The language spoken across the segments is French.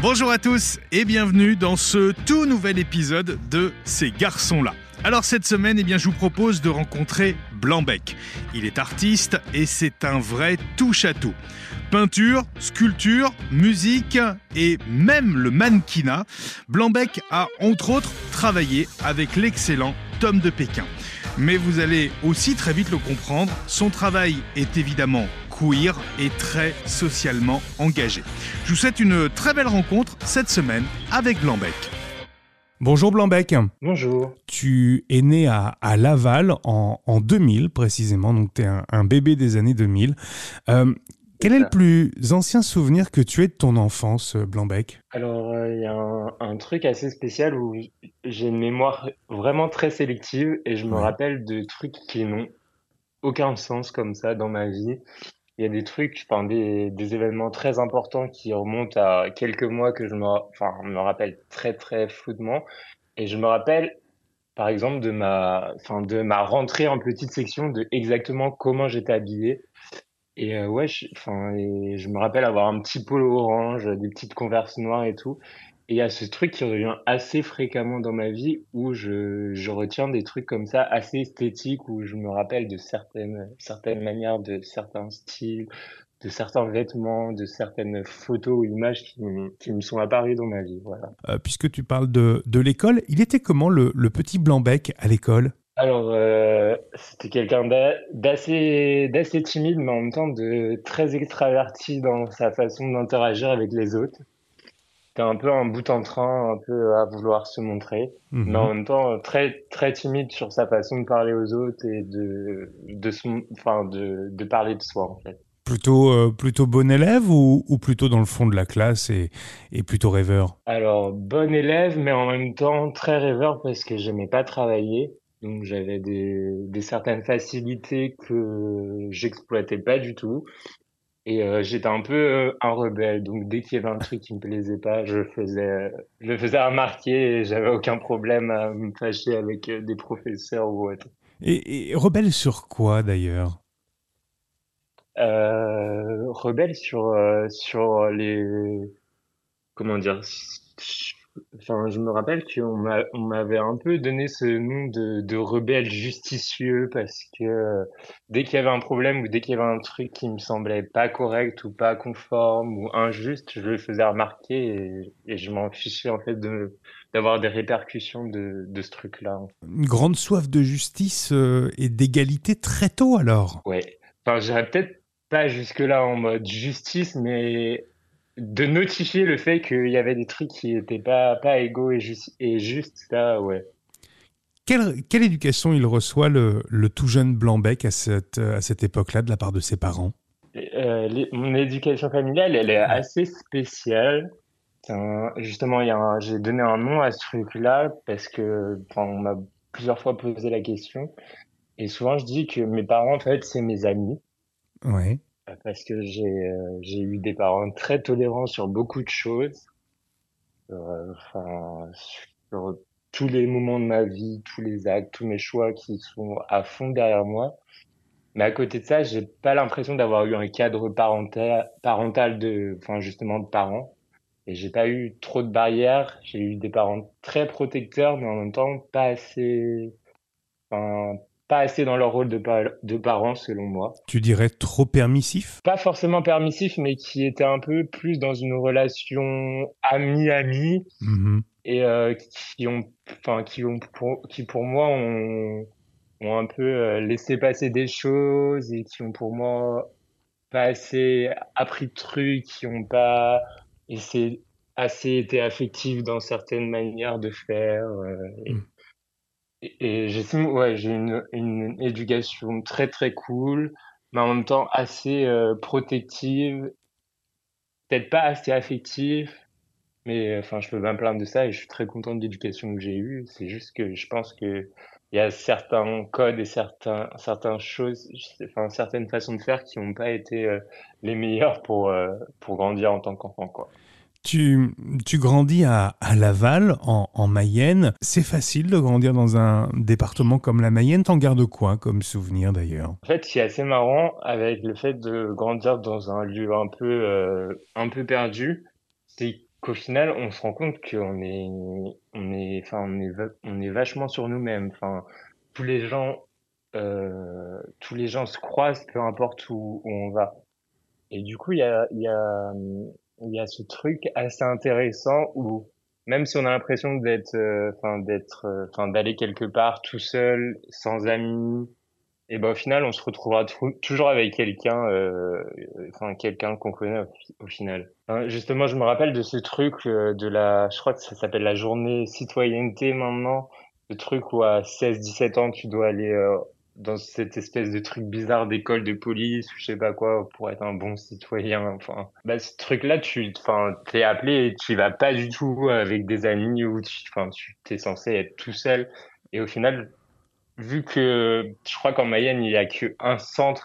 Bonjour à tous et bienvenue dans ce tout nouvel épisode de Ces garçons-là. Alors cette semaine, je vous propose de rencontrer Blanc-Bec. Il est artiste et c'est un vrai touche-à-tout. Peinture, sculpture, musique et même le mannequinat. Blanc-Bec a entre autres travaillé avec l'excellent Tom de Pékin. Mais vous allez aussi très vite le comprendre, son travail est évidemment queer et très socialement engagé. Je vous souhaite une très belle rencontre cette semaine avec Blanc-Bec. Bonjour Blanc-Bec. Bonjour. Tu es né à Laval en 2000 précisément, donc tu es un bébé des années 2000. Quel est le plus ancien souvenir que tu aies de ton enfance, Blanc-Bec ? Alors, il y a un truc assez spécial où j'ai une mémoire vraiment très sélective et je me rappelle de trucs qui n'ont aucun sens comme ça dans ma vie. Il y a des trucs, enfin des événements très importants qui remontent à quelques mois que me rappelle très très flouement. Et je me rappelle, par exemple, de ma rentrée en petite section, de exactement comment j'étais habillé. Et et je me rappelle avoir un petit polo orange, des petites Converse noires et tout. Et il y a ce truc qui revient assez fréquemment dans ma vie où je retiens des trucs comme ça assez esthétiques, où je me rappelle de certaines manières, de certains styles, de certains vêtements, de certaines photos ou images qui me sont apparues dans ma vie. Voilà. Puisque tu parles de l'école, il était comment le petit Blanc-Bec à l'école ? Alors, c'était quelqu'un d'assez timide, mais en même temps de très extraverti dans sa façon d'interagir avec les autres. C'était un peu un bout en train, un peu à vouloir se montrer, mais en même temps très très timide sur sa façon de parler aux autres et de parler de soi en fait. Plutôt bon élève ou plutôt dans le fond de la classe et plutôt rêveur ? Alors, bon élève, mais en même temps très rêveur parce que j'aimais pas travailler. Donc j'avais des certaines facilités que j'exploitais pas du tout. Et j'étais un peu un rebelle. Donc dès qu'il y avait un truc qui me plaisait pas, je le faisais remarquer et j'avais aucun problème à me fâcher avec des professeurs ou autre. Et rebelle sur quoi d'ailleurs ? Rebelle sur les comment dire, enfin, je me rappelle on m'avait un peu donné ce nom de rebelle justicieux parce que dès qu'il y avait un problème ou dès qu'il y avait un truc qui me semblait pas correct ou pas conforme ou injuste, je le faisais remarquer et je m'en fichais en fait d'avoir des répercussions de ce truc-là. Une grande soif de justice et d'égalité très tôt alors ? Ouais. Enfin, j'irais peut-être pas jusque-là en mode justice, mais de notifier le fait qu'il y avait des trucs qui étaient pas égaux et justes, ça, ouais. Quelle éducation il reçoit le tout jeune Blanc-Bec à cette époque-là de la part de ses parents ? Mon éducation familiale, elle est assez spéciale. Justement, j'ai donné un nom à ce truc-là parce que, enfin, on m'a plusieurs fois posé la question. Et souvent, je dis que mes parents, en fait, c'est mes amis. Ouais. Parce que j'ai eu des parents très tolérants sur beaucoup de choses. Sur tous les moments de ma vie, tous les actes, tous mes choix qui sont à fond derrière moi. Mais à côté de ça, j'ai pas l'impression d'avoir eu un cadre parental justement de parents. Et j'ai pas eu trop de barrières. J'ai eu des parents très protecteurs, mais en même temps enfin, pas assez dans leur rôle de parents, selon moi. Tu dirais trop permissif ? Pas forcément permissifs, mais qui étaient un peu plus dans une relation ami-ami et qui pour moi ont un peu laissé passer des choses et qui ont pour moi pas assez appris de trucs, qui ont pas essayé, assez été affectifs dans certaines manières de faire. Et j'estime, ouais, j'ai une éducation très très cool, mais en même temps assez protective, peut-être pas assez affective. Mais enfin, je peux pas me plaindre de ça et je suis très content de l'éducation que j'ai eue. C'est juste que je pense que il y a certains codes et certaines choses, enfin certaines façons de faire qui n'ont pas été les meilleures pour grandir en tant qu'enfant, quoi. Tu grandis à Laval, en Mayenne. C'est facile de grandir dans un département comme la Mayenne. T'en gardes quoi comme souvenir d'ailleurs ? En fait, ce qui est assez marrant avec le fait de grandir dans un lieu un peu perdu, c'est qu'au final, on se rend compte on est vachement sur nous-mêmes. Enfin, tous les gens, tous les gens se croisent, peu importe où on va. Et du coup, il y a ce truc assez intéressant où même si on a l'impression d'aller quelque part tout seul, sans amis, et ben au final, on se retrouvera toujours avec quelqu'un qu'on connaît au final. Hein, justement, je me rappelle de ce truc je crois que ça s'appelle la journée citoyenneté maintenant, le truc où à 16-17 ans, tu dois aller dans cette espèce de truc bizarre d'école de police ou je sais pas quoi pour être un bon citoyen. Enfin, bah ce truc-là, t'es appelé et tu y vas pas du tout avec des amis ou tu t'es censé être tout seul. Et au final, vu que je crois qu'en Mayenne, il y a qu'un centre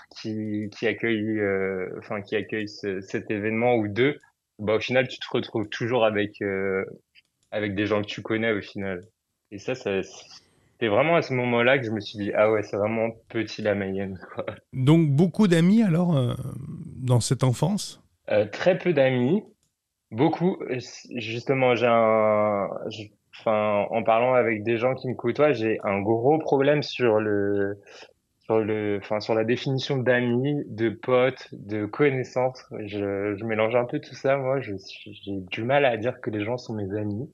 qui accueille cet événement ou deux, bah au final, tu te retrouves toujours avec des gens que tu connais au final. Et c'est vraiment à ce moment-là que je me suis dit, ah ouais, c'est vraiment petit la Mayenne, quoi. Donc beaucoup d'amis alors dans cette enfance? Très peu d'amis, beaucoup. Justement, en parlant avec des gens qui me côtoient, j'ai un gros problème sur la définition d'amis, de potes, de connaissances. Je mélange un peu tout ça, moi. J'ai du mal à dire que les gens sont mes amis.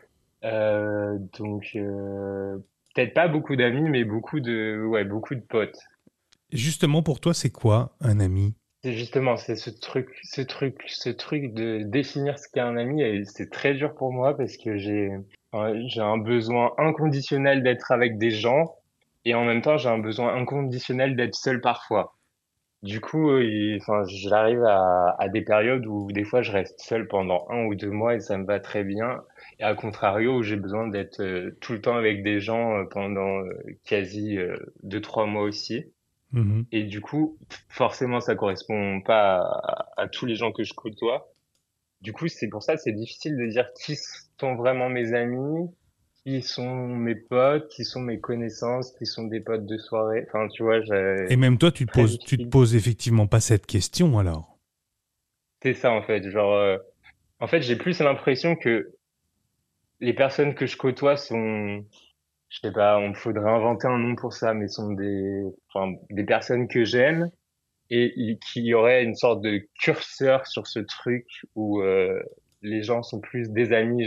Peut-être pas beaucoup d'amis, mais beaucoup de potes. Justement, pour toi, c'est quoi un ami? C'est ce truc de définir ce qu'est un ami, et c'est très dur pour moi parce que j'ai un besoin inconditionnel d'être avec des gens, et en même temps, j'ai un besoin inconditionnel d'être seul parfois. Du coup, j'arrive à des périodes où des fois je reste seul pendant 1 ou 2 mois et ça me va très bien. Et à contrario, où j'ai besoin d'être tout le temps avec des gens pendant quasi 2, 3 mois aussi. Mhm. Et du coup, forcément, ça correspond pas à tous les gens que je côtoie. Du coup, c'est pour ça que c'est difficile de dire qui sont vraiment mes amis, qui sont mes potes, qui sont mes connaissances, qui sont des potes de soirée. Enfin, tu vois, Et même toi, très tu te difficile. poses effectivement pas cette question alors. C'est ça en fait, en fait, j'ai plus l'impression que les personnes que je côtoie je sais pas, on faudrait inventer un nom pour ça, mais sont des personnes que j'aime qui auraient une sorte de curseur sur ce truc où les gens sont plus des amis,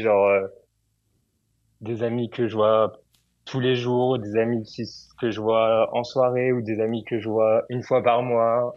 des amis que je vois tous les jours, que je vois en soirée ou des amis que je vois une fois par mois.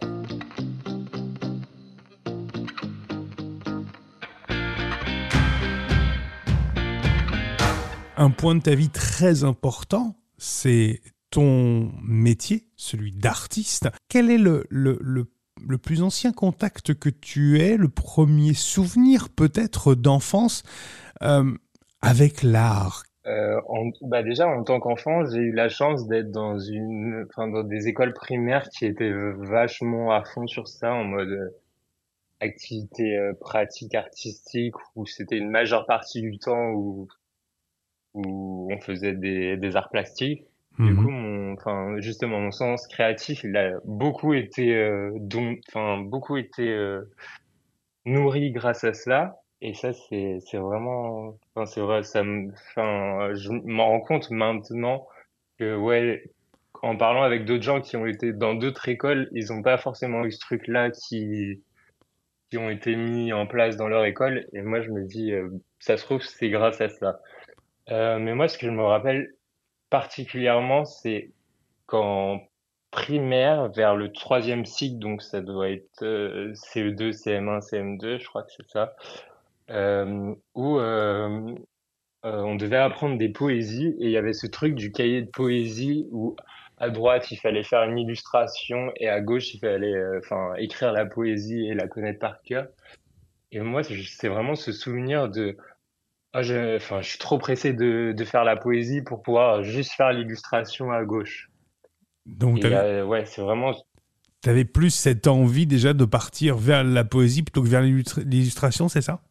Un point de ta vie très important, c'est ton métier, celui d'artiste. Quel est le plus ancien contact que tu aies, le premier souvenir peut-être d'enfance euh, avec l'art? Bah déjà, en tant qu'enfant, j'ai eu la chance d'être dans des écoles primaires qui étaient vachement à fond sur ça, en mode activité pratique artistique, où c'était une majeure partie du temps où on faisait des arts plastiques. Du coup, Mhm. justement, mon sens créatif, il a beaucoup été nourri grâce à cela. Et ça, c'est vraiment, c'est vrai, je m'en rends compte maintenant que, ouais, en parlant avec d'autres gens qui ont été dans d'autres écoles, ils n'ont pas forcément eu ce truc-là qui ont été mis en place dans leur école. Et moi, je me dis, ça se trouve, c'est grâce à ça. Mais moi, ce que je me rappelle particulièrement, c'est qu'en primaire, vers le troisième cycle, donc ça doit être CE2, CM1, CM2, je crois que c'est ça, où on devait apprendre des poésies et il y avait ce truc du cahier de poésie où à droite il fallait faire une illustration et à gauche il fallait écrire la poésie et la connaître par cœur. Et moi c'est vraiment ce souvenir de je suis trop pressé de faire la poésie pour pouvoir juste faire l'illustration à gauche. Donc, Et ouais, c'est vraiment tu avais plus cette envie déjà de partir vers la poésie plutôt que vers l'illustration, c'est ça?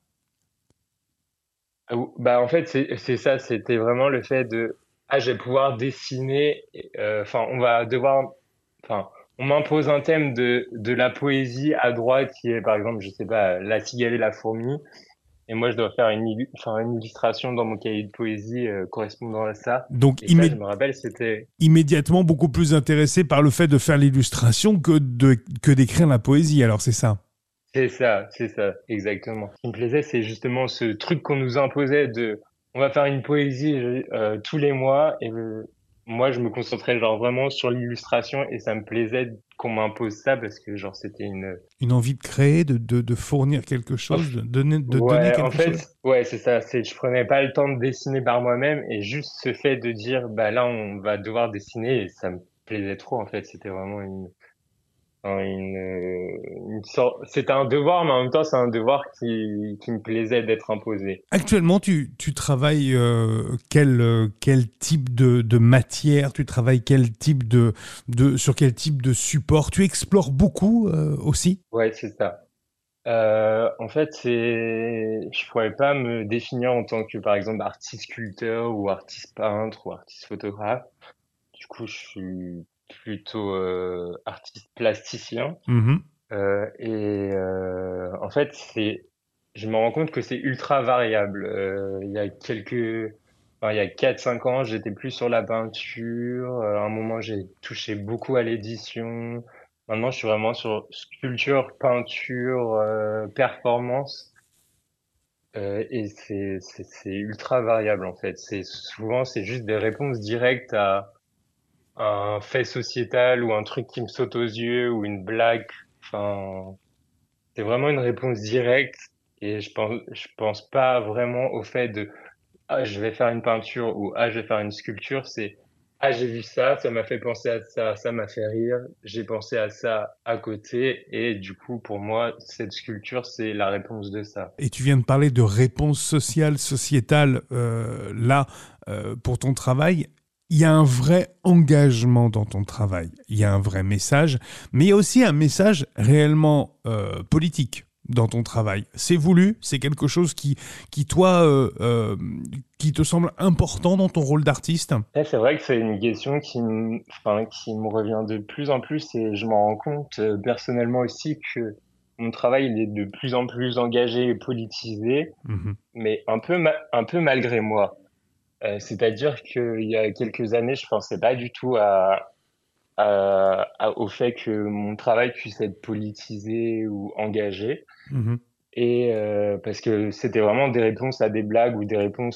Bah en fait c'est ça, c'était vraiment le fait de je vais pouvoir dessiner on va devoir enfin on m'impose un thème de la poésie à droite qui est par exemple je sais pas la cigale et la fourmi, et moi je dois faire une illustration dans mon cahier de poésie correspondant à ça. Donc Et ça, je me rappelle, c'était immédiatement beaucoup plus intéressé par le fait de faire l'illustration que d'écrire la poésie, alors c'est ça. c'est ça, exactement. Ce qui me plaisait, c'est justement ce truc qu'on nous imposait de, on va faire une poésie tous les mois, et moi, je me concentrais genre vraiment sur l'illustration, et ça me plaisait qu'on m'impose ça parce que genre c'était une. Une envie de créer, de fournir quelque chose, de donner Ouais, en quelque chose. fait, ouais, c'est ça. C'est, je prenais pas le temps de dessiner par moi-même, et juste ce fait de dire, bah là, on va devoir dessiner, et ça me plaisait trop en fait. C'était vraiment une sorte. C'était un devoir, mais en même temps, c'est un devoir qui me plaisait d'être imposé. Actuellement, tu travailles quel type de matière, tu travailles quel type sur quel type de support, tu explores beaucoup aussi. Ouais, c'est ça. En fait, je pourrais pas me définir en tant que, par exemple, artiste sculpteur ou artiste peintre ou artiste photographe. Du coup, je suis plutôt artiste plasticien. Mhm. En fait, je me rends compte que c'est ultra variable. Il y a 4, 5 ans, j'étais plus sur la peinture. À un moment, j'ai touché beaucoup à l'édition. Maintenant, je suis vraiment sur sculpture, peinture, performance. Et c'est ultra variable, en fait. C'est juste des réponses directes à un fait sociétal ou un truc qui me saute aux yeux ou une blague. Enfin, c'est vraiment une réponse directe, et je pense pas vraiment au fait de ah je vais faire une peinture ou ah je vais faire une sculpture. C'est ah j'ai vu ça, ça m'a fait penser à ça, ça m'a fait rire, j'ai pensé à ça à côté, et du coup pour moi cette sculpture c'est la réponse de ça. Et tu viens de parler de réponse sociale, sociétale, là, pour ton travail. Il y a un vrai engagement dans ton travail. Il y a un vrai message, mais il y a aussi un message réellement politique dans ton travail. C'est voulu, c'est quelque chose toi, qui te semble important dans ton rôle d'artiste. Et c'est vrai que c'est une question qui me revient de plus en plus, et je m'en rends compte personnellement aussi que mon travail il est de plus en plus engagé et politisé, Mhm. mais un peu malgré moi. C'est-à-dire qu'il y a quelques années, je pensais pas du tout au fait que mon travail puisse être politisé ou engagé. Mhm. Et parce que c'était vraiment des réponses à des blagues ou des réponses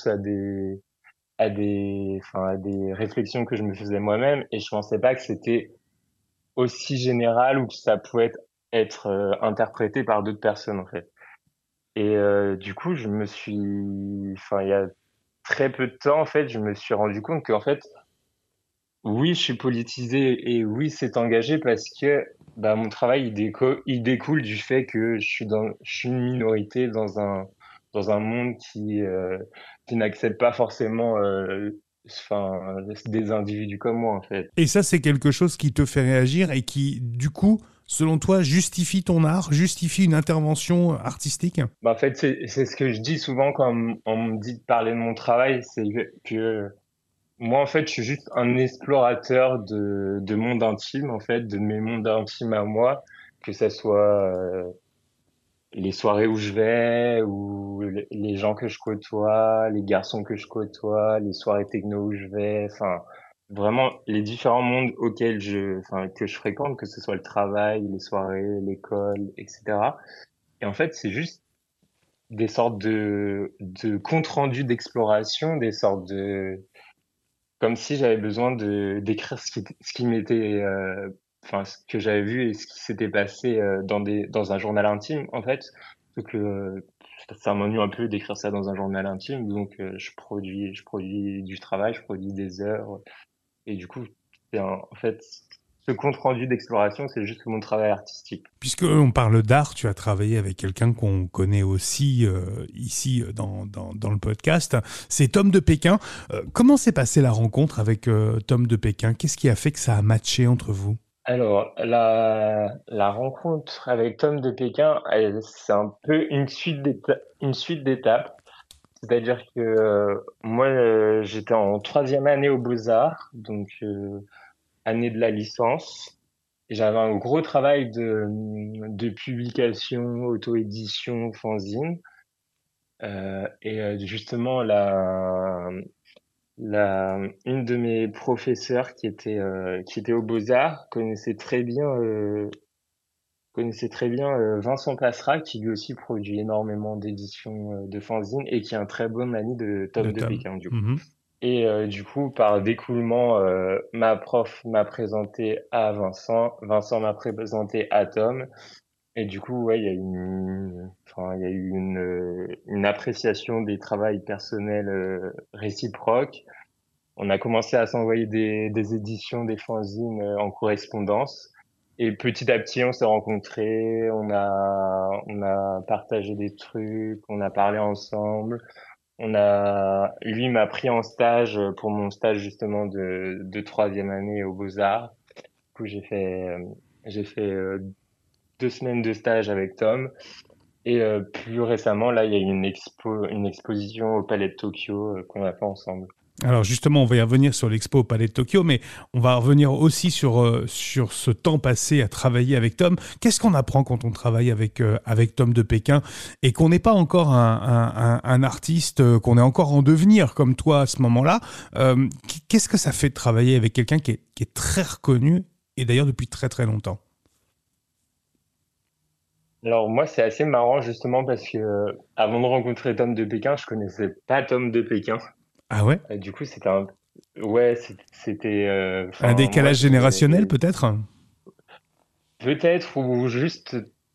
à des réflexions que je me faisais moi-même. Et je pensais pas que c'était aussi général ou que ça pouvait être interprété par d'autres personnes, en fait. Et du coup, il y a très peu de temps, en fait, je me suis rendu compte qu'en fait, oui, je suis politisé, et oui, c'est engagé parce que bah, mon travail, il découle du fait que je suis une minorité dans un monde qui n'accepte pas forcément, des individus comme moi, en fait. Et ça, c'est quelque chose qui te fait réagir et qui, du coup, selon toi, justifie ton art, justifie une intervention artistique. Bah, en fait, c'est ce que je dis souvent quand on me dit de parler de mon travail, c'est que moi, en fait, je suis juste un explorateur de monde intime, en fait, de mes mondes intimes à moi, que ça soit les soirées où je vais, ou les gens que je côtoie, les garçons que je côtoie, les soirées techno où je vais, enfin, vraiment les différents mondes que je fréquente, que ce soit le travail, les soirées, l'école, etc. Et en fait, c'est juste des sortes de comptes rendus d'exploration, des sortes de, comme si j'avais besoin d'écrire ce qui m'était, ce que j'avais vu et ce qui s'était passé dans un journal intime, en fait. Donc, ça m'ennuie un peu d'écrire ça dans un journal intime, donc je produis du travail, je produis des heures, et du coup, en fait, ce compte rendu d'exploration, c'est juste mon travail artistique. Puisque on parle d'art, tu as travaillé avec quelqu'un qu'on connaît aussi ici dans le podcast. C'est Tom de Pékin. Comment s'est passée la rencontre avec Tom de Pékin? Qu'est-ce qui a fait que ça a matché entre vous? Alors, la rencontre avec Tom de Pékin, c'est un peu une suite d'étapes. C'est-à-dire que moi, j'étais en troisième année aux Beaux-Arts, donc année de la licence. Et j'avais un gros travail de publication, auto-édition, fanzine. Justement, une de mes professeurs qui était aux Beaux-Arts connaissait très bien Vincent Passera, qui lui aussi produit énormément d'éditions de fanzines et qui est un très bon ami de De Tom de Tom. Pékin, du coup. Mhm. Du coup, par découlement, ma prof m'a présenté à Vincent, Vincent m'a présenté à Tom, et du coup, ouais, il y a eu une appréciation des travails personnels réciproques. On a commencé à s'envoyer des éditions, des fanzines en correspondance. Et petit à petit, on s'est rencontrés, on a partagé des trucs, on a parlé ensemble. Lui m'a pris en stage pour mon stage justement de troisième année aux Beaux-Arts. Du coup, j'ai fait 2 semaines de stage avec Tom. Plus récemment, là, il y a eu une exposition au Palais de Tokyo qu'on a fait ensemble. Alors justement, on va y revenir sur l'expo au Palais de Tokyo, mais on va revenir aussi sur ce temps passé à travailler avec Tom. Qu'est-ce qu'on apprend quand on travaille avec Tom de Pékin et qu'on n'est pas encore un artiste, qu'on est encore en devenir comme toi à ce moment-là? Qu'est-ce que ça fait de travailler avec quelqu'un qui est très reconnu et d'ailleurs depuis très très longtemps? Alors moi, c'est assez marrant justement parce que avant de rencontrer Tom de Pékin, je connaissais pas Tom de Pékin. Ah ouais? Du coup, ouais, Un enfin, moi, décalage générationnel peut-être? peut-être ou juste,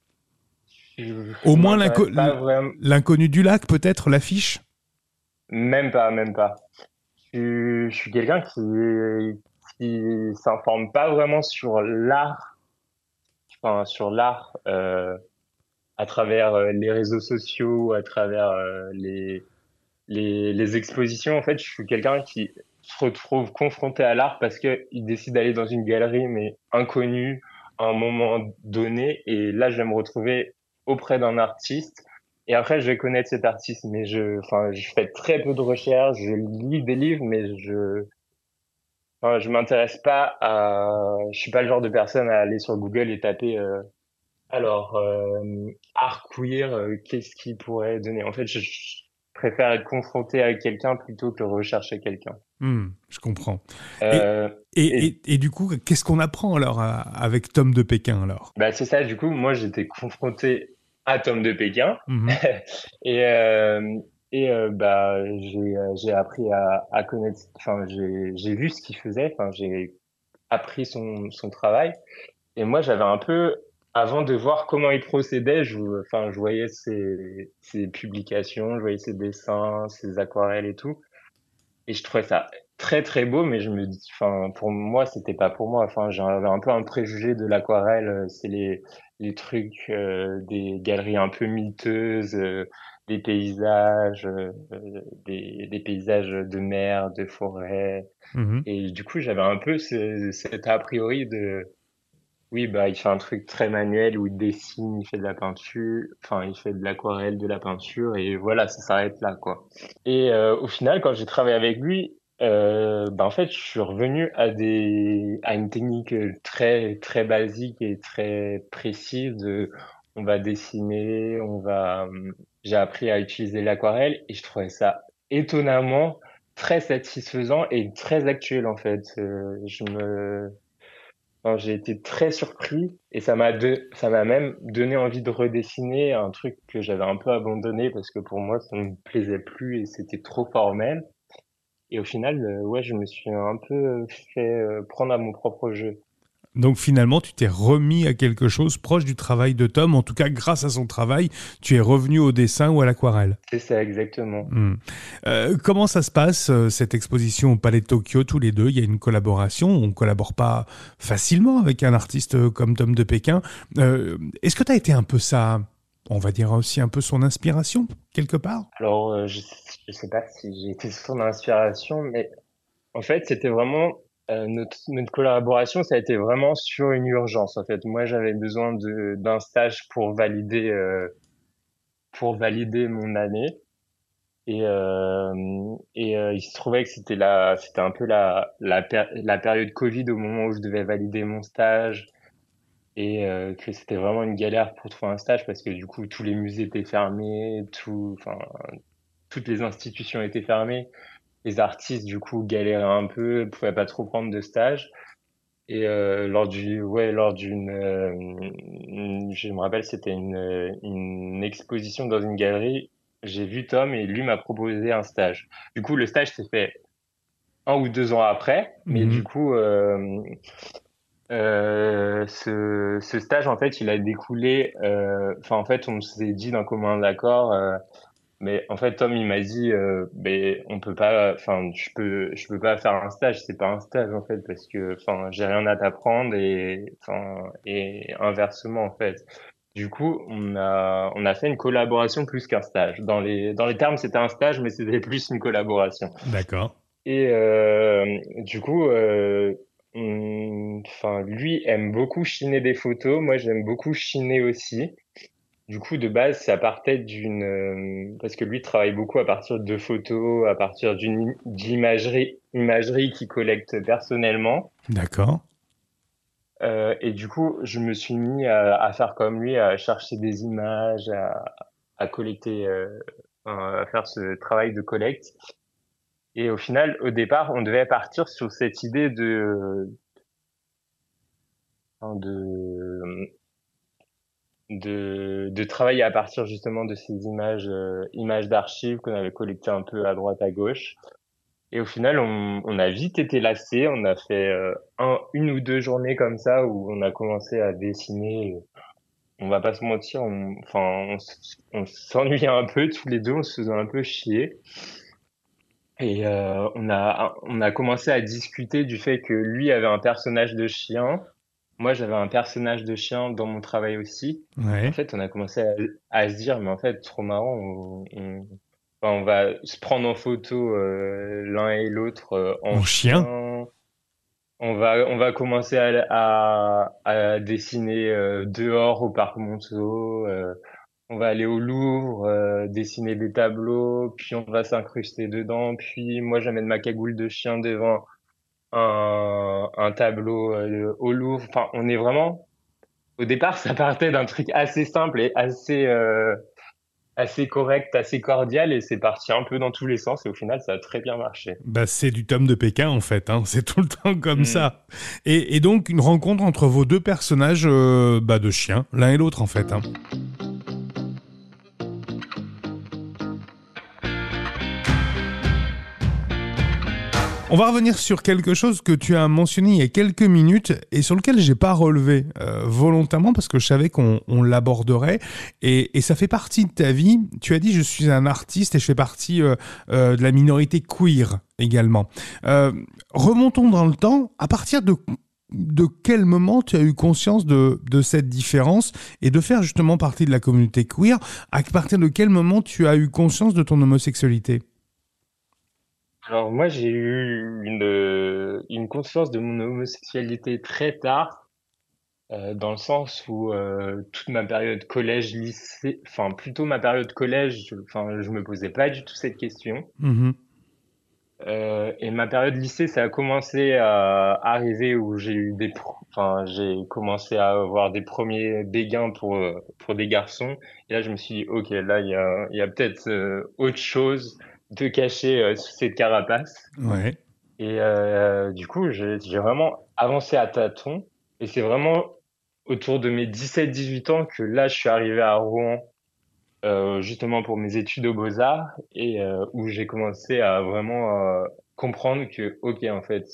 Au je moins m'intéresse pas vraiment, l'inconnu du lac peut-être, l'affiche? même pas. Je suis quelqu'un qui s'informe pas vraiment sur l'art, enfin, sur l'art, à travers les réseaux sociaux, à travers les expositions. En fait, je suis quelqu'un qui se retrouve confronté à l'art parce que il décide d'aller dans une galerie, mais inconnue, à un moment donné. Et là, je vais me retrouver auprès d'un artiste. Et après, je vais connaître cet artiste, mais enfin, je fais très peu de recherches, je lis des livres, mais enfin, je m'intéresse pas je suis pas le genre de personne à aller sur Google et taper, alors, art queer, qu'est-ce qui pourrait donner? En fait, je préfère être confronté avec quelqu'un plutôt que rechercher quelqu'un. Je comprends. Et, Euh, et et du coup, qu'est-ce qu'on apprend alors avec Tom de Pékin alors? bah, c'est ça, du coup, moi, j'étais confronté à Tom de Pékin. Mhm. Et, bah, j'ai appris à connaître, enfin, j'ai vu ce qu'il faisait, enfin, j'ai appris son travail. Et moi, j'avais un peu, avant de voir comment il procédait, enfin, je voyais ses publications, je voyais ses dessins, ses aquarelles et tout. Et je trouvais ça très, très beau, mais je me dis, enfin, pour moi, c'était pas pour moi. Enfin, j'avais un peu un préjugé de l'aquarelle. C'est les trucs, des galeries un peu miteuses, des paysages, des paysages de mer, de forêt. Mhm. Et du coup, j'avais un peu cet a priori oui, bah, il fait un truc très manuel où il dessine, il fait de la peinture, enfin, il fait de l'aquarelle, de la peinture, et voilà, ça s'arrête là, quoi. Au final, quand j'ai travaillé avec lui, bah, en fait, je suis revenu à une technique très, très basique et très précise on va dessiner, j'ai appris à utiliser l'aquarelle, et je trouvais ça étonnamment très satisfaisant et très actuel, en fait. Enfin, j'ai été très surpris et ça m'a même donné envie de redessiner un truc que j'avais un peu abandonné parce que pour moi, ça me plaisait plus et c'était trop formel. Et au final, ouais, je me suis un peu fait prendre à mon propre jeu. Donc finalement, tu t'es remis à quelque chose proche du travail de Tom. En tout cas, grâce à son travail, tu es revenu au dessin ou à l'aquarelle. C'est ça, exactement. Hmm. Comment ça se passe, cette exposition au Palais de Tokyo, tous les deux? Il y a une collaboration, on ne collabore pas facilement avec un artiste comme Tom de Pékin. Est-ce que tu as été un peu ça, on va dire aussi un peu son inspiration, quelque part? Alors, je sais pas si j'ai été son inspiration, mais en fait, c'était vraiment notre collaboration, ça a été vraiment sur une urgence. En fait, moi, j'avais besoin d'un stage pour valider mon année. Il se trouvait que c'était un peu la période Covid au moment où je devais valider mon stage. et que c'était vraiment une galère pour trouver un stage parce que du coup tous les musées étaient fermés, enfin toutes les institutions étaient fermées. Les artistes du coup galéraient un peu, pouvaient pas trop prendre de stage. Et lors d'une, je me rappelle, c'était une exposition dans une galerie. J'ai vu Tom et lui m'a proposé un stage. Du coup, le stage s'est fait 1 ou 2 ans après, mais du Mhm. coup, ce stage en fait, il a découlé. Enfin, en fait, on s'est dit d'un commun accord. Mais en fait, Tom, il m'a dit, ben, on peut pas, enfin, je peux pas faire un stage. C'est pas un stage, en fait, parce que, enfin, j'ai rien à t'apprendre et inversement, en fait. Du coup, on a fait une collaboration plus qu'un stage. Dans les termes, c'était un stage, mais c'était plus une collaboration. D'accord. Et, du coup, enfin, lui aime beaucoup chiner des photos. Moi, j'aime beaucoup chiner aussi. Du coup, de base, ça partait parce que lui travaille beaucoup à partir de photos, à partir imagerie qu'il collecte personnellement. D'accord. Et du coup, je me suis mis à faire comme lui, à chercher des images, à collecter, à faire ce travail de collecte. Et au final, au départ, on devait partir sur cette idée hein, de travailler à partir justement de ces images d'archives qu'on avait collectées un peu à droite à gauche. Et au final, on a vite été lassés. On a fait 1 ou 2 journées comme ça où on a commencé à dessiner. On va pas se mentir, on s'ennuyait un peu tous les deux, on se faisait un peu chier. Et on a commencé à discuter du fait que lui avait un personnage de chien. Moi, j'avais un personnage de chien dans mon travail aussi. En Ouais. fait, on a commencé à se dire, mais en fait, trop marrant, enfin, on va se prendre en photo l'un et l'autre en En chien. chien. On va commencer à dessiner dehors au parc Monceau. On va aller au Louvre, dessiner des tableaux, puis on va s'incruster dedans. Puis moi, j'amène ma cagoule de chien devant un tableau au Louvre. Enfin, on est vraiment au départ, ça partait d'un truc assez simple et assez correct, assez cordial, et c'est parti un peu dans tous les sens, et au final, ça a très bien marché. Bah, c'est du tome de Pékin en fait, hein. C'est tout le temps comme Hmm. ça. Et donc une rencontre entre vos deux personnages bah, de chiens, l'un et l'autre en fait, hein. On va revenir sur quelque chose que tu as mentionné il y a quelques minutes et sur lequel j'ai pas relevé volontairement parce que je savais qu'on l'aborderait et ça fait partie de ta vie. Tu as dit je suis un artiste et je fais partie de la minorité queer également. Euh, Remontons dans le temps. À partir de quel moment tu as eu conscience de cette différence et de faire justement partie de la communauté queer? À partir de quel moment tu as eu conscience de ton homosexualité? Alors moi, j'ai eu une conscience de mon homosexualité très tard, dans le sens où toute ma période collège, lycée, enfin plutôt ma période collège, je me posais pas du tout cette question. Mhm. Et ma période lycée, ça a commencé à arriver où j'ai commencé à avoir des premiers béguins pour des garçons. Et là, je me suis dit, ok, là, il y a peut-être autre chose de caché sous cette carapace. Ouais. Et du coup, j'ai vraiment avancé à tâtons. Et c'est vraiment autour de mes 17 18 ans que là, je suis arrivé à Rouen justement pour mes études aux Beaux-Arts et où j'ai commencé à vraiment comprendre que, ok, en fait,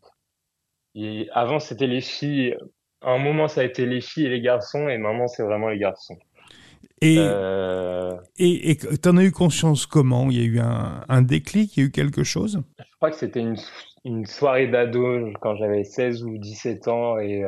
avant c'était les filles, à un moment ça a été les filles et les garçons et maintenant c'est vraiment les garçons. Et Euh, Et t'en as eu conscience comment? Il y a eu un déclic, il y a eu quelque chose? je crois que c'était une soirée d'ado quand j'avais 16 ou 17 ans et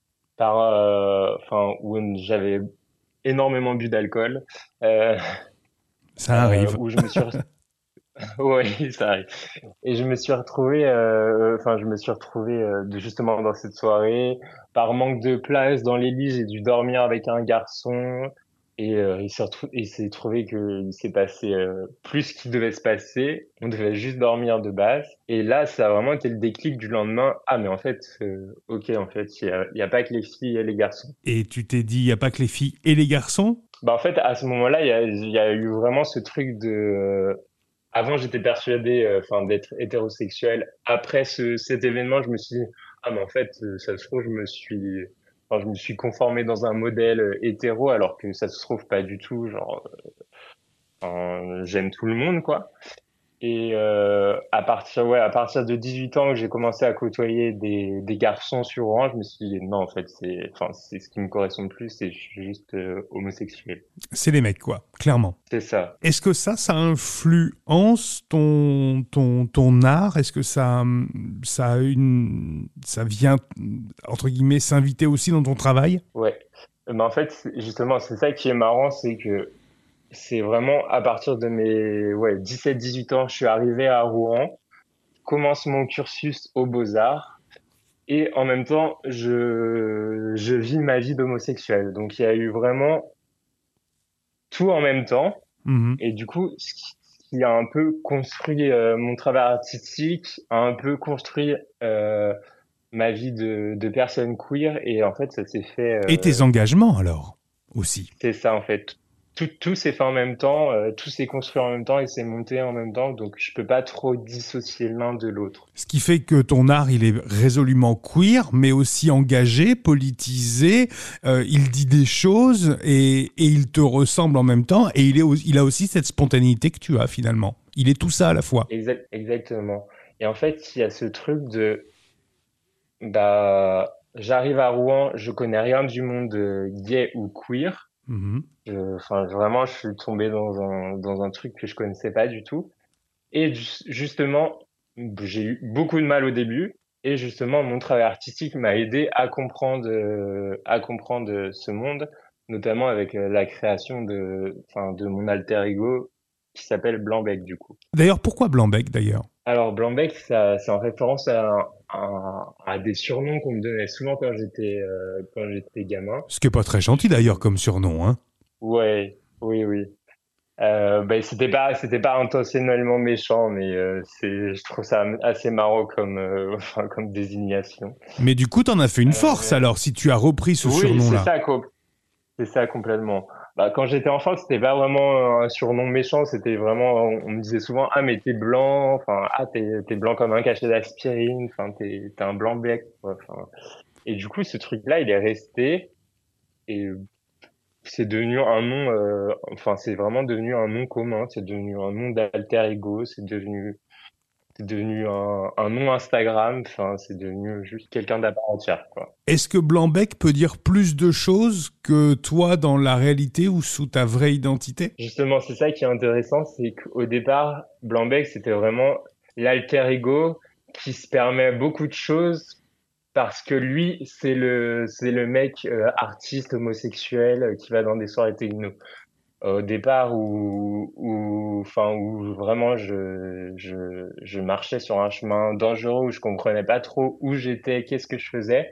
où j'avais énormément bu d'alcool, euh, Ça arrive. où je me suis, oui, ça arrive. Et je me suis retrouvé, je me suis retrouvé justement dans cette soirée. Par manque de place dans les lits, j'ai dû dormir avec un garçon. Et il s'est trouvé qu'il s'est passé plus qu'il devait se passer. On devait juste dormir de base. Et là, ça a vraiment été le déclic du lendemain. Ah, mais en fait, ok, en fait, il y a pas que les filles et les garçons. Et tu t'es dit, il n'y a pas que les filles et les garçons? Bah, en fait, à ce moment-là, il y a eu vraiment ce truc de... avant, j'étais persuadé, enfin, d'être hétérosexuel. Après cet événement, je me suis dit, ah, mais en fait, ça se trouve, enfin, je me suis conformé dans un modèle hétéro, alors que ça se trouve pas du tout. Genre, enfin, j'aime tout le monde, quoi. Et à partir de 18 ans, j'ai commencé à côtoyer des garçons sur Orange. Je me suis dit, non, en fait, c'est ce qui me correspond le plus, c'est je suis juste homosexuel. C'est les mecs, quoi, clairement. C'est ça. Est-ce que ça influence ton art? Est-ce que ça vient, entre guillemets, s'inviter aussi dans ton travail? Ouais. Mais en fait, justement, c'est ça qui est marrant, c'est que c'est vraiment à partir de mes 17-18 ans, je suis arrivé à Rouen, commence mon cursus aux Beaux-Arts et en même temps, je vis ma vie d'homosexuel. Donc il y a eu vraiment tout en même temps. Mhm. Et du coup, ce qui a un peu construit mon travail artistique, a un peu construit ma vie de personne queer. Et en fait, ça s'est fait, Et tes engagements, alors, aussi. c'est ça en fait. Tout s'est fait en même temps, tout s'est construit en même temps et s'est monté en même temps. Donc je peux pas trop dissocier l'un de l'autre. Ce qui fait que ton art, il est résolument queer, mais aussi engagé, politisé. Il dit des choses et il te ressemble en même temps. Et il a aussi cette spontanéité que tu as finalement. Il est tout ça à la fois. Exactement. Et en fait, il y a ce truc de bah j'arrive à Rouen, je connais rien du monde gay ou queer. Mhm. Enfin, vraiment, je suis tombé dans un truc que je connaissais pas du tout. Et justement, j'ai eu beaucoup de mal au début. Et justement, mon travail artistique m'a aidé à comprendre ce monde, notamment avec la création enfin, de mon alter ego qui s'appelle Blanc-Bec, du coup. D'ailleurs, pourquoi Blanc-Bec, d'ailleurs? Alors, Blanc-Bec, c'est en référence à des surnoms qu'on me donnait souvent quand j'étais gamin. Ce qui est pas très gentil, d'ailleurs, comme surnom, hein. Ouais, oui, oui. Ben c'était pas intentionnellement méchant, mais je trouve ça assez marrant comme, enfin, comme désignation. Mais du coup, t'en as fait une force, Euh, alors, si tu as repris ce oui, surnom-là. c'est ça complètement. Bah, quand j'étais enfant, c'était pas vraiment un surnom méchant, c'était vraiment, on me disait souvent, ah mais t'es blanc, enfin, ah t'es blanc comme un cachet d'aspirine, enfin t'es un blanc bec, quoi. Enfin, et du coup, ce truc-là, il est resté et c'est devenu un nom, enfin, c'est vraiment devenu un nom commun, c'est devenu un nom d'alter ego, c'est devenu un nom Instagram, enfin, c'est devenu juste quelqu'un d'à part entière, quoi. Est-ce que Blanc-Bec peut dire plus de choses que toi dans la réalité ou sous ta vraie identité? Justement, c'est ça qui est intéressant, c'est qu'au départ, Blanc-Bec, c'était vraiment l'alter ego qui se permet beaucoup de choses parce que lui, c'est le mec artiste homosexuel qui va dans des soirées techno. Au départ enfin où vraiment je marchais sur un chemin dangereux où je comprenais pas trop où j'étais, qu'est-ce que je faisais.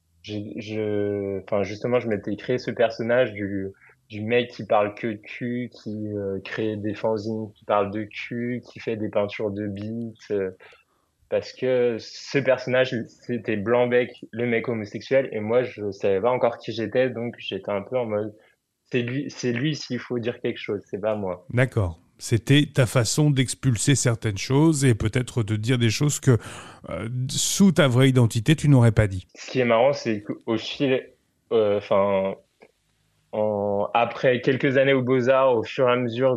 Enfin justement je m'étais créé ce personnage du mec qui parle que de cul, qui crée des fanzines, qui parle de cul, qui fait des peintures de bites, parce que ce personnage c'était Blanc-Bec, le mec homosexuel, et moi je savais pas encore qui j'étais, donc j'étais un peu en mode c'est lui s'il faut dire quelque chose, c'est pas moi. D'accord. C'était ta façon d'expulser certaines choses et peut-être de dire des choses que sous ta vraie identité, tu n'aurais pas dit. Ce qui est marrant, c'est qu'au fil, enfin, après quelques années aux Beaux-Arts, au fur et à mesure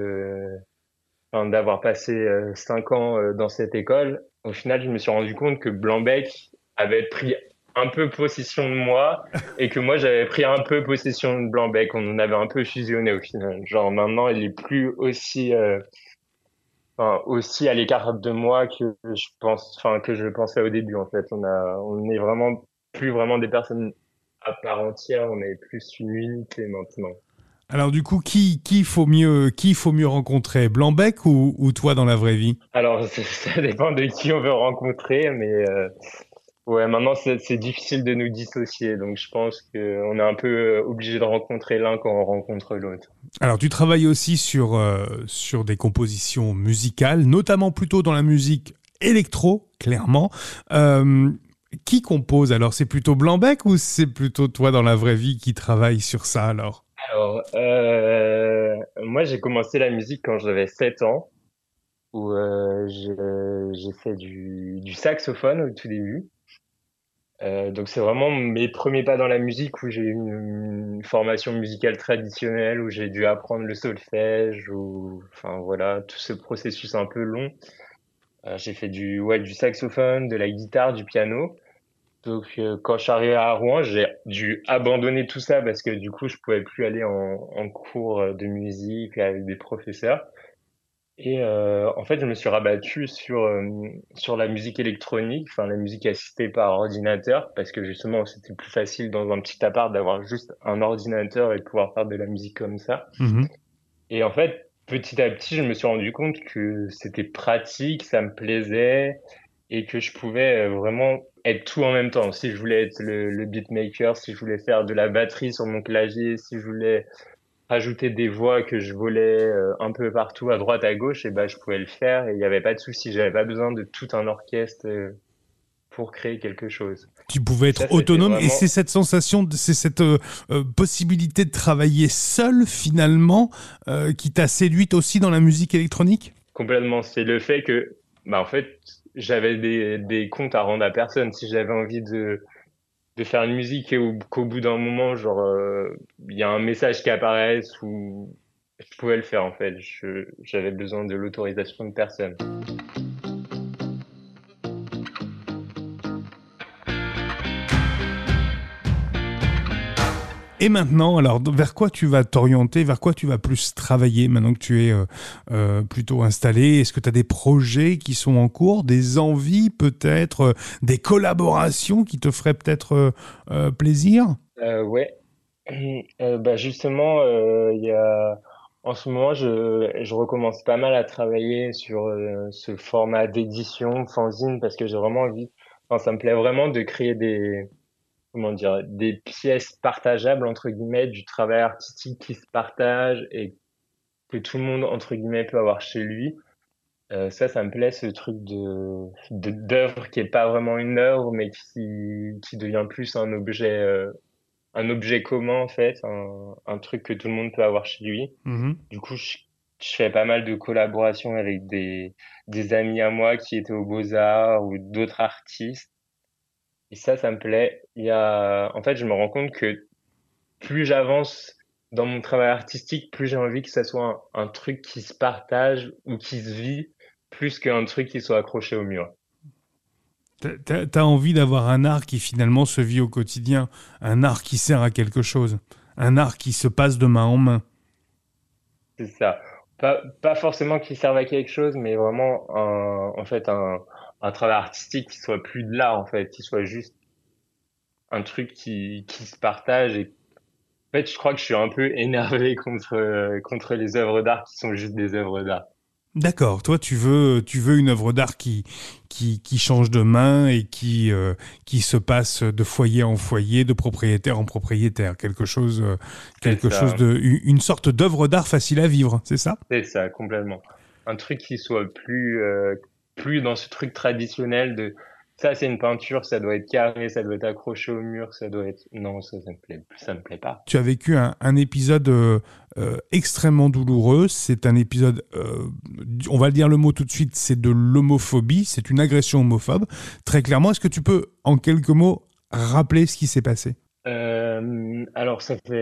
enfin, d'avoir passé 5 ans dans cette école, au final, je me suis rendu compte que Blanc-Bec avait pris un peu possession de moi et que moi, j'avais pris un peu possession de Blanc-Bec. On en avait un peu fusionné au final. Genre maintenant, il est plus aussi, enfin, aussi à l'écart de moi que enfin, que je pensais au début, en fait. On est vraiment plus vraiment des personnes à part entière, on est plus une unité maintenant. Alors du coup, qui faut mieux rencontrer, Blanc-Bec ou toi dans la vraie vie? Alors, ça dépend de qui on veut rencontrer, mais Ouais, maintenant c'est difficile de nous dissocier, donc je pense qu'on est un peu obligé de rencontrer l'un quand on rencontre l'autre. Alors, tu travailles aussi sur des compositions musicales, notamment plutôt dans la musique électro, clairement. Euh, qui compose alors? C'est plutôt Blanbec ou c'est plutôt toi dans la vraie vie qui travaille sur ça alors? Alors, moi j'ai commencé la musique quand j'avais 7 ans, où j'ai fait du saxophone au tout début. Donc c'est vraiment mes premiers pas dans la musique où j'ai eu une formation musicale traditionnelle, où j'ai dû apprendre le solfège, ou enfin voilà, tout ce processus un peu long. J'ai fait du saxophone, de la guitare, du piano. Donc quand je suis arrivé à Rouen, j'ai dû abandonner tout ça parce que du coup je pouvais plus aller en cours de musique avec des professeurs. Et en fait, je me suis rabattu sur la musique électronique, enfin la musique assistée par ordinateur, parce que justement, c'était plus facile dans un petit appart d'avoir juste un ordinateur et de pouvoir faire de la musique comme ça. Mhm. Et en fait, petit à petit, je me suis rendu compte que c'était pratique, ça me plaisait, et que je pouvais vraiment être tout en même temps. Si je voulais être le beatmaker, si je voulais faire de la batterie sur mon clavier, si je voulais rajouter des voix que je volais un peu partout, à droite, à gauche, et ben je pouvais le faire et il n'y avait pas de souci. J'avais pas besoin de tout un orchestre pour créer quelque chose. Tu pouvais Et ça, être c'était autonome et vraiment c'est cette sensation, c'est cette possibilité de travailler seul finalement qui t'a séduite aussi dans la musique électronique? complètement, c'est le fait que, bah, en fait, j'avais des comptes à rendre à personne. Si j'avais envie de faire une musique et qu'au bout d'un moment, genre, il y a un message qui apparaisse, ou je pouvais le faire, en fait. J'avais besoin de l'autorisation de personne. Et maintenant, alors, vers quoi tu vas t'orienter, vers quoi tu vas plus travailler maintenant que tu es plutôt installé? Est-ce que tu as des projets qui sont en cours, des envies peut-être, des collaborations qui te feraient peut-être plaisir? Ouais. Bah justement, en ce moment, je recommence pas mal à travailler sur ce format d'édition fanzine parce que j'ai vraiment envie, enfin, ça me plaît vraiment de créer comment dire, des pièces partageables, entre guillemets, du travail artistique qui se partage et que tout le monde, entre guillemets, peut avoir chez lui. Ça me plaît, ce truc d'œuvre qui est pas vraiment une œuvre, mais qui devient plus un objet commun en fait, un truc que tout le monde peut avoir chez lui. Mhm. Du coup, je fais pas mal de collaborations avec des amis à moi qui étaient aux Beaux-Arts ou d'autres artistes. Et ça me plaît. En fait, je me rends compte que plus j'avance dans mon travail artistique, plus j'ai envie que ça soit un truc qui se partage ou qui se vit, plus qu'un truc qui soit accroché au mur. T'as envie d'avoir un art qui finalement se vit au quotidien, un art qui sert à quelque chose, un art qui se passe de main en main. C'est ça. Pas forcément qui serve à quelque chose, mais vraiment en fait, un travail artistique qui soit plus de l'art, en fait, qui soit juste un truc qui se partage. Et en fait, je crois que je suis un peu énervé contre les œuvres d'art qui sont juste des œuvres d'art. D'accord, toi tu veux une œuvre d'art qui change de main et qui se passe de foyer en foyer, de propriétaire en propriétaire, C'est quelque chose ça, de, une sorte d'œuvre d'art facile à vivre, c'est ça? c'est ça, complètement. Un truc qui soit plus dans ce truc traditionnel de ça, c'est une peinture, ça doit être carré, ça doit être accroché au mur, ça doit être... Non, ça me plaît pas. Tu as vécu un épisode extrêmement douloureux. C'est un épisode, on va le dire le mot tout de suite, c'est de l'homophobie, c'est une agression homophobe. Très clairement, est-ce que tu peux, en quelques mots, rappeler ce qui s'est passé? Alors,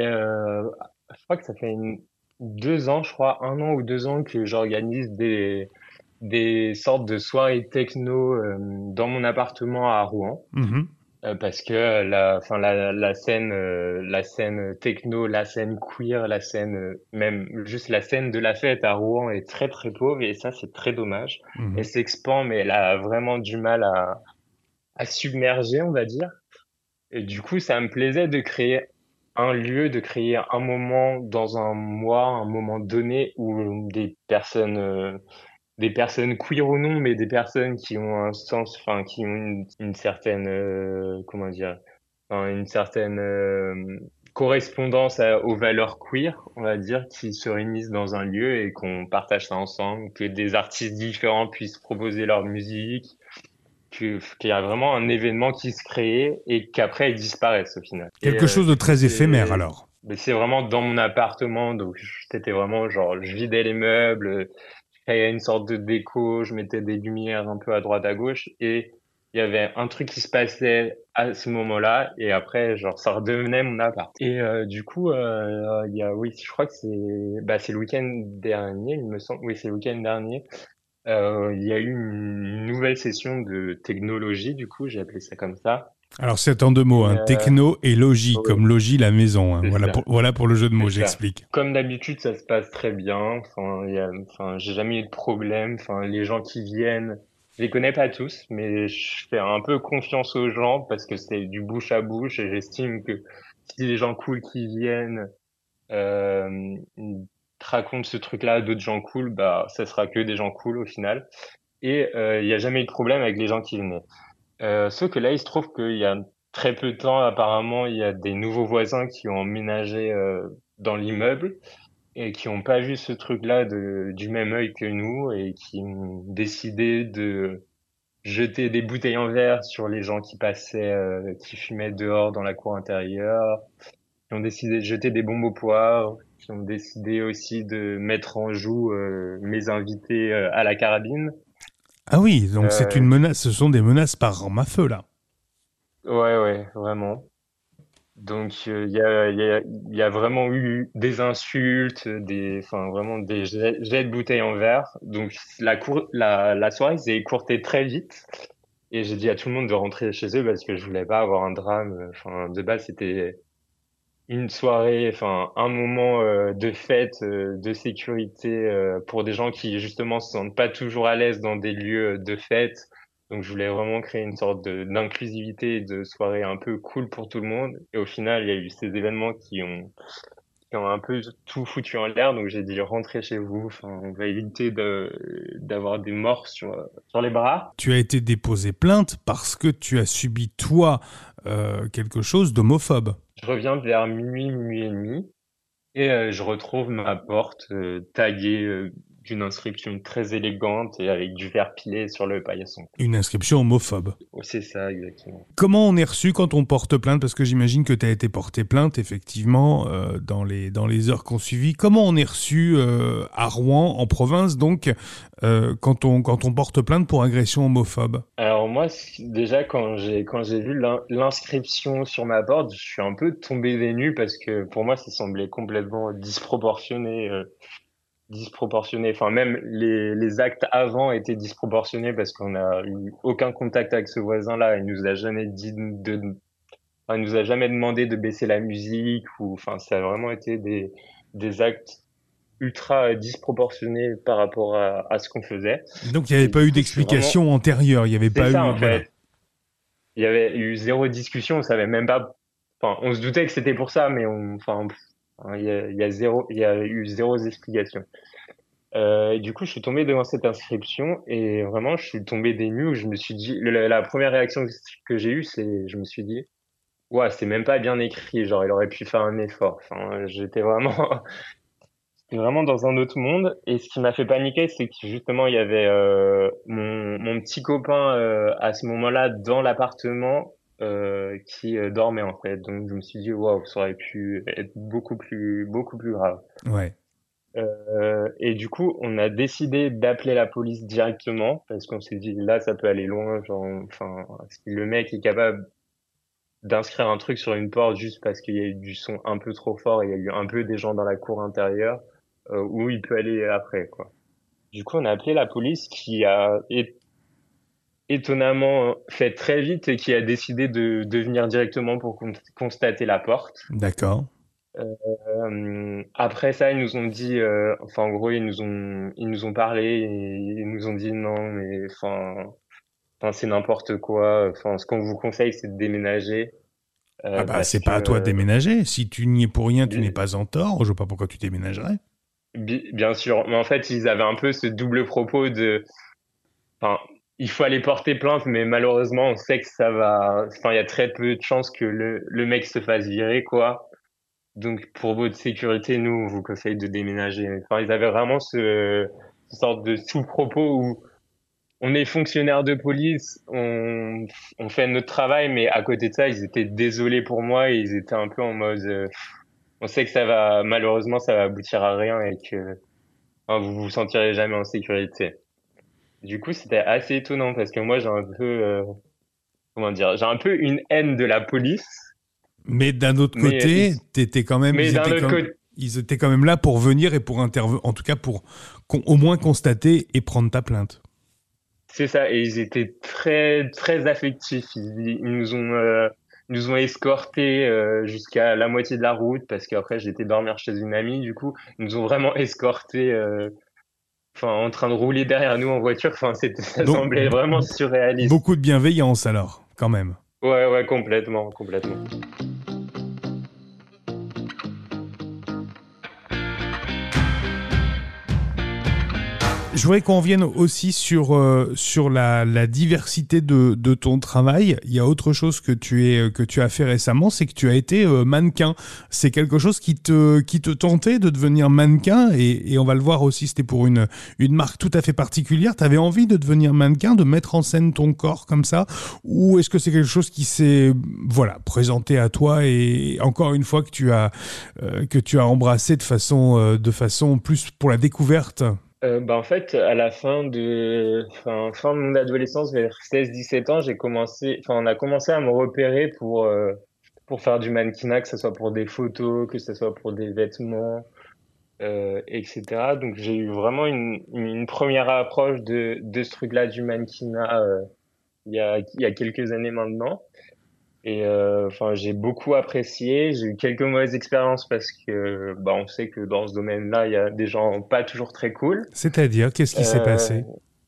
je crois que ça fait 2 ans, je crois, 1 an ou 2 ans que j'organise des sortes de soirées techno dans mon appartement à Rouen. Mhm. Parce que enfin la scène techno, la scène queer, la scène même juste la scène de la fête à Rouen est très très pauvre et ça c'est très dommage. Elle Mhm. s'expand mais elle a vraiment du mal à submerger on va dire. Et du coup ça me plaisait de créer un lieu, de créer un moment dans un mois, un moment donné où des personnes des personnes queer ou non, mais des personnes qui ont un sens, enfin, qui ont une certaine, comment dire, enfin, une certaine correspondance aux valeurs queer, on va dire, qui se réunissent dans un lieu et qu'on partage ça ensemble, que des artistes différents puissent proposer leur musique, qu'il y a vraiment un événement qui se crée et qu'après ils disparaissent au final. Et Quelque chose de du coup, très éphémère alors. c'est vraiment dans mon appartement, donc c'était vraiment genre, je vidais les meubles, je créais une sorte de déco, je mettais des lumières un peu à droite à gauche et il y avait un truc qui se passait à ce moment-là et après genre ça redevenait mon appart. Et du coup il y a oui, je crois que c'est le week-end dernier, il me semble. Oui, c'est le week-end dernier. Il y a eu une nouvelle session de technologie, du coup, j'ai appelé ça comme ça. Alors c'est en deux mots, Et hein, techno et logis, oui, comme logis la maison. Hein. c'est ça, Voilà pour le jeu de mots, c'est ça. j'explique. Comme d'habitude, ça se passe très bien. Enfin, j'ai jamais eu de problème. Enfin, les gens qui viennent, je les connais pas tous, mais je fais un peu confiance aux gens parce que c'est du bouche à bouche et j'estime que si les gens cool qui viennent te racontent ce truc-là à d'autres gens cool, bah, ça sera que des gens cool au final. Et il n'y a jamais eu de problème avec les gens qui venaient. Sauf que là, il se trouve qu'il y a très peu de temps, apparemment, il y a des nouveaux voisins qui ont emménagé dans l'immeuble et qui n'ont pas vu ce truc-là du même œil que nous et qui ont décidé de jeter des bouteilles en verre sur les gens qui passaient, qui fumaient dehors dans la cour intérieure, qui ont décidé de jeter des bombes au poivre, qui ont décidé aussi de mettre en joue mes invités à la carabine. Ah oui, donc c'est une Euh, menace, ce sont des menaces par arme à feu là. Ouais, ouais, vraiment. Donc il y a vraiment eu des insultes, enfin vraiment des jets de bouteilles en verre. Donc la soirée s'est écourtée très vite et j'ai dit à tout le monde de rentrer chez eux parce que je voulais pas avoir un drame. Enfin de base c'était une soirée, enfin un moment de fête, de sécurité pour des gens qui justement se sentent pas toujours à l'aise dans des lieux de fête. Donc je voulais vraiment créer une sorte d'inclusivité, de soirée un peu cool pour tout le monde. Et au final, il y a eu ces événements qui ont un peu tout foutu en l'air. Donc j'ai dit rentrez chez vous. Enfin, on va éviter d'avoir des morts sur les bras. Tu as été déposé plainte parce que tu as subi toi quelque chose d'homophobe. Je reviens vers minuit, minuit et demi. Et je retrouve ma porte taguée d'une inscription très élégante et avec du verre pilé sur le paillasson. Une inscription homophobe. Oh, c'est ça, exactement. Comment on est reçu quand on porte plainte? Parce que j'imagine que tu as été porté plainte, effectivement, dans les heures qu'on suivit. Comment on est reçu à Rouen, en province, donc, quand on porte plainte pour agression homophobe? Alors moi, déjà, quand j'ai vu l'inscription sur ma porte, je suis un peu tombé des nues parce que pour moi, ça semblait complètement disproportionné. Disproportionné. Enfin, même les actes avant étaient disproportionnés parce qu'on n'a eu aucun contact avec ce voisin-là. Il nous a jamais dit enfin, il nous a jamais demandé de baisser la musique ou, enfin, ça a vraiment été des actes ultra disproportionnés par rapport à ce qu'on faisait. Donc, il n'y avait Et pas du eu coup, je suis vraiment, d'explication antérieure. Il n'y avait c'est pas ça, eu... en Voilà. fait. Il y avait eu zéro discussion, on savait même pas, enfin, on se doutait que c'était pour ça, mais il y a eu zéro explication. Et du coup, je suis tombé devant cette inscription et vraiment, je suis tombé des nues où je me suis dit, la première réaction que j'ai eue, je me suis dit, ouais, c'est même pas bien écrit, genre, il aurait pu faire un effort. Enfin, j'étais vraiment, j'étais vraiment dans un autre monde. Et ce qui m'a fait paniquer, c'est que justement, il y avait mon petit copain à ce moment-là dans l'appartement qui dormait en fait. Donc, je me suis dit, waouh, ça aurait pu être beaucoup plus grave. Ouais. Et du coup, on a décidé d'appeler la police directement parce qu'on s'est dit là, ça peut aller loin. Genre, enfin, si le mec est capable d'inscrire un truc sur une porte juste parce qu'il y a eu du son un peu trop fort et il y a eu un peu des gens dans la cour intérieure, où il peut aller après, quoi. Du coup, on a appelé la police qui a étonnamment fait très vite et qui a décidé de venir directement pour constater la porte. D'accord. Après ça, ils nous ont dit, enfin en gros, ils nous ont parlé et ils nous ont dit non, mais enfin c'est n'importe quoi. Enfin, ce qu'on vous conseille, c'est de déménager Ah bah, parce c'est que pas à toi de déménager. Si tu n'y es pour rien, tu n'es euh, pas en tort. Je vois pas pourquoi tu déménagerais. Bien sûr. Mais en fait, ils avaient un peu ce double propos de, enfin, il faut aller porter plainte, mais malheureusement, on sait que ça va, enfin, il y a très peu de chances que le mec se fasse virer, quoi. Donc, pour votre sécurité, nous, on vous conseille de déménager. Enfin, ils avaient vraiment ce sorte de sous-propos où on est fonctionnaire de police, on fait notre travail, mais à côté de ça, ils étaient désolés pour moi et ils étaient un peu en mode, on sait que ça va, malheureusement, ça va aboutir à rien et que, enfin, vous vous sentirez jamais en sécurité. Du coup, c'était assez étonnant parce que moi, j'ai un peu, comment dire, j'ai un peu une haine de la police, Mais d'un autre mais, côté, mais d'un autre côté, ils étaient quand même là pour venir et pour en tout cas pour au moins constater et prendre ta plainte. c'est ça, et ils étaient très, très affectifs. Ils nous ont escortés jusqu'à la moitié de la route parce qu'après j'étais dormir chez une amie. Du coup, ils nous ont vraiment escortés, enfin, en train de rouler derrière nous en voiture. Enfin, ça Donc semblait vraiment surréaliste. beaucoup de bienveillance alors, quand même. Ouais, ouais, complètement, complètement. Je voudrais qu'on revienne aussi sur la diversité de ton travail. Il y a autre chose que tu as fait récemment, c'est que tu as été mannequin. C'est quelque chose qui te tentait de devenir mannequin et on va le voir aussi, c'était pour une marque tout à fait particulière. Tu avais envie de devenir mannequin, de mettre en scène ton corps comme ça, ou est-ce que c'est quelque chose qui s'est voilà présenté à toi et encore une fois que tu as embrassé de façon plus pour la découverte? Bah en fait, à la fin de mon adolescence, vers 16-17 ans, on a commencé à me repérer pour faire du mannequinat, que ce soit pour des photos, que ce soit pour des vêtements, etc. Donc j'ai eu vraiment une première approche de ce truc-là du mannequinat il y a quelques années maintenant. Et enfin, j'ai beaucoup apprécié. J'ai eu quelques mauvaises expériences parce que bah, on sait que dans ce domaine-là, il y a des gens pas toujours très cool. C'est-à-dire, qu'est-ce qui s'est Euh, passé?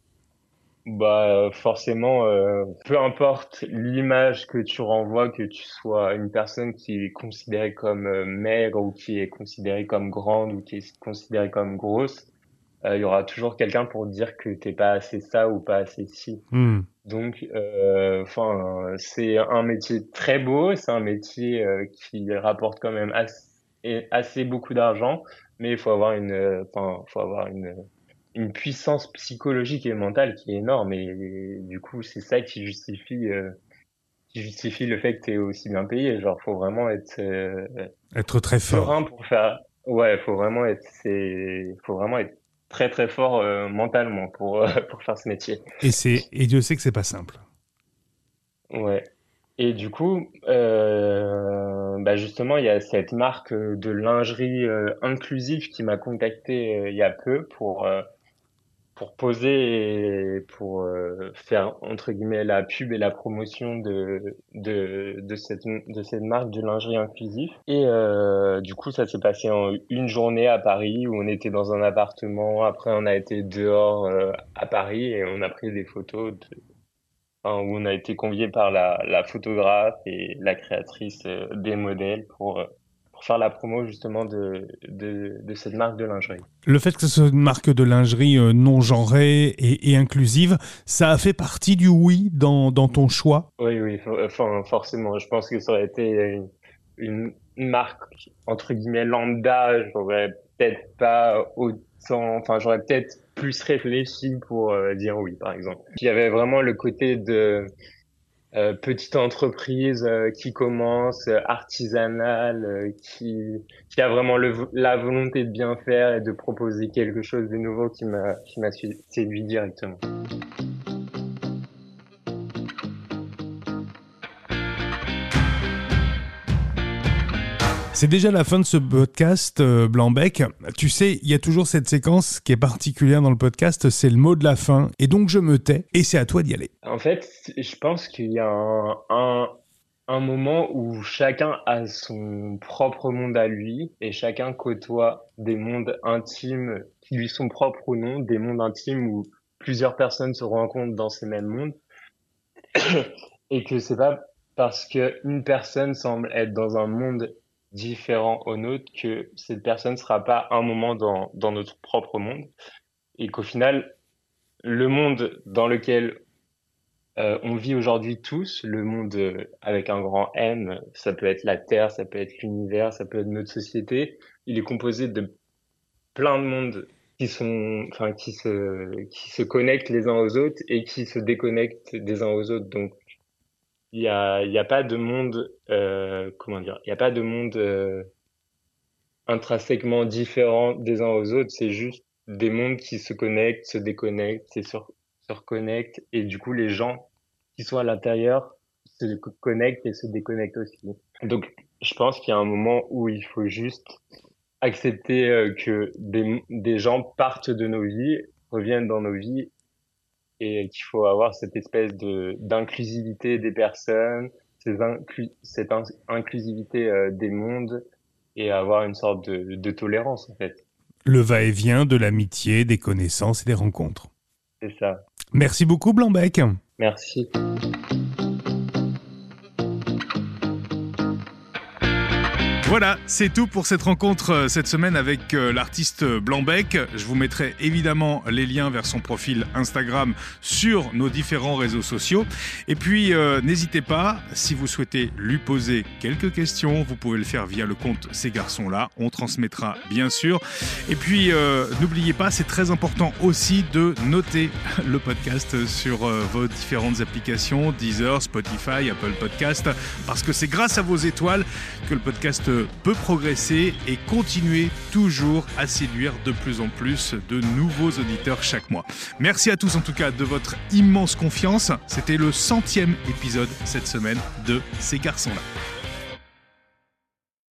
Bah forcément, peu importe l'image que tu renvoies, que tu sois une personne qui est considérée comme maigre ou qui est considérée comme grande ou qui est considérée comme grosse, il y aura toujours quelqu'un pour dire que t'es pas assez ça ou pas assez ci. Hmm. Donc, enfin, c'est un métier très beau, c'est un métier qui rapporte quand même assez beaucoup d'argent, mais il faut avoir faut avoir une puissance psychologique et mentale qui est énorme. Et du coup, c'est ça qui justifie le fait que tu es aussi bien payé. Genre, faut vraiment être Être très serein fort. pour faire. Ouais, faut vraiment être très très fort mentalement pour faire ce métier. Et Dieu sait que c'est pas simple. Ouais. Et du coup, bah justement, il y a cette marque de lingerie inclusive qui m'a contacté il y a peu pour poser et pour faire entre guillemets la pub et la promotion de cette marque de lingerie inclusive. Et du coup, ça s'est passé en une journée à Paris où on était dans un appartement. Après, on a été dehors à Paris et on a pris des photos enfin, où on a été convié par la photographe et la créatrice des modèles pour faire la promo justement de cette marque de lingerie. Le fait que ce soit une marque de lingerie non genrée et inclusive, ça a fait partie du oui dans ton choix. Oui, oui, enfin, forcément. Je pense que ça aurait été une marque, entre guillemets, lambda. J'aurais peut-être pas autant, enfin, j'aurais peut-être plus réfléchi pour dire oui, par exemple. Il y avait vraiment le côté de petite entreprise qui commence, artisanale, qui a vraiment la volonté de bien faire et de proposer quelque chose de nouveau qui m'a séduit directement. C'est déjà la fin de ce podcast, Blanc-Bec. Tu sais, il y a toujours cette séquence qui est particulière dans le podcast, c'est le mot de la fin. Et donc je me tais, et c'est à toi d'y aller. En fait, je pense qu'il y a un moment où chacun a son propre monde à lui et chacun côtoie des mondes intimes qui lui sont propres ou non, des mondes intimes où plusieurs personnes se rencontrent dans ces mêmes mondes et que c'est pas parce que une personne semble être dans un monde différent au nôtre, que cette personne ne sera pas un moment dans notre propre monde et qu'au final, le monde dans lequel on vit aujourd'hui tous, le monde avec un grand M, ça peut être la Terre, ça peut être l'univers, ça peut être notre société, il est composé de plein de mondes qui se connectent les uns aux autres et qui se déconnectent des uns aux autres. Donc, il y a pas de monde, comment dire, il y a pas de monde intrinsèquement différent des uns aux autres. C'est juste des mondes qui se connectent, se déconnectent, se reconnectent. Et du coup, les gens qui sont à l'intérieur se connectent et se déconnectent aussi. Donc, je pense qu'il y a un moment où il faut juste accepter que des gens partent de nos vies, reviennent dans nos vies, et qu'il faut avoir cette espèce d'inclusivité des personnes, cette inclusivité des mondes, et avoir une sorte de tolérance, en fait. Le va-et-vient de l'amitié, des connaissances et des rencontres. C'est ça. Merci beaucoup, Blanc-Bec. Merci. Voilà, c'est tout pour cette rencontre cette semaine avec l'artiste Blanc-Bec. Je vous mettrai évidemment les liens vers son profil Instagram sur nos différents réseaux sociaux. Et puis, n'hésitez pas, si vous souhaitez lui poser quelques questions, vous pouvez le faire via le compte Ces Garçons-là. On transmettra bien sûr. Et puis, n'oubliez pas, c'est très important aussi de noter le podcast sur vos différentes applications, Deezer, Spotify, Apple Podcast, parce que c'est grâce à vos étoiles que le podcast peut progresser et continuer toujours à séduire de plus en plus de nouveaux auditeurs chaque mois. Merci à tous en tout cas de votre immense confiance. C'était le 100e épisode cette semaine de Ces Garçons-là.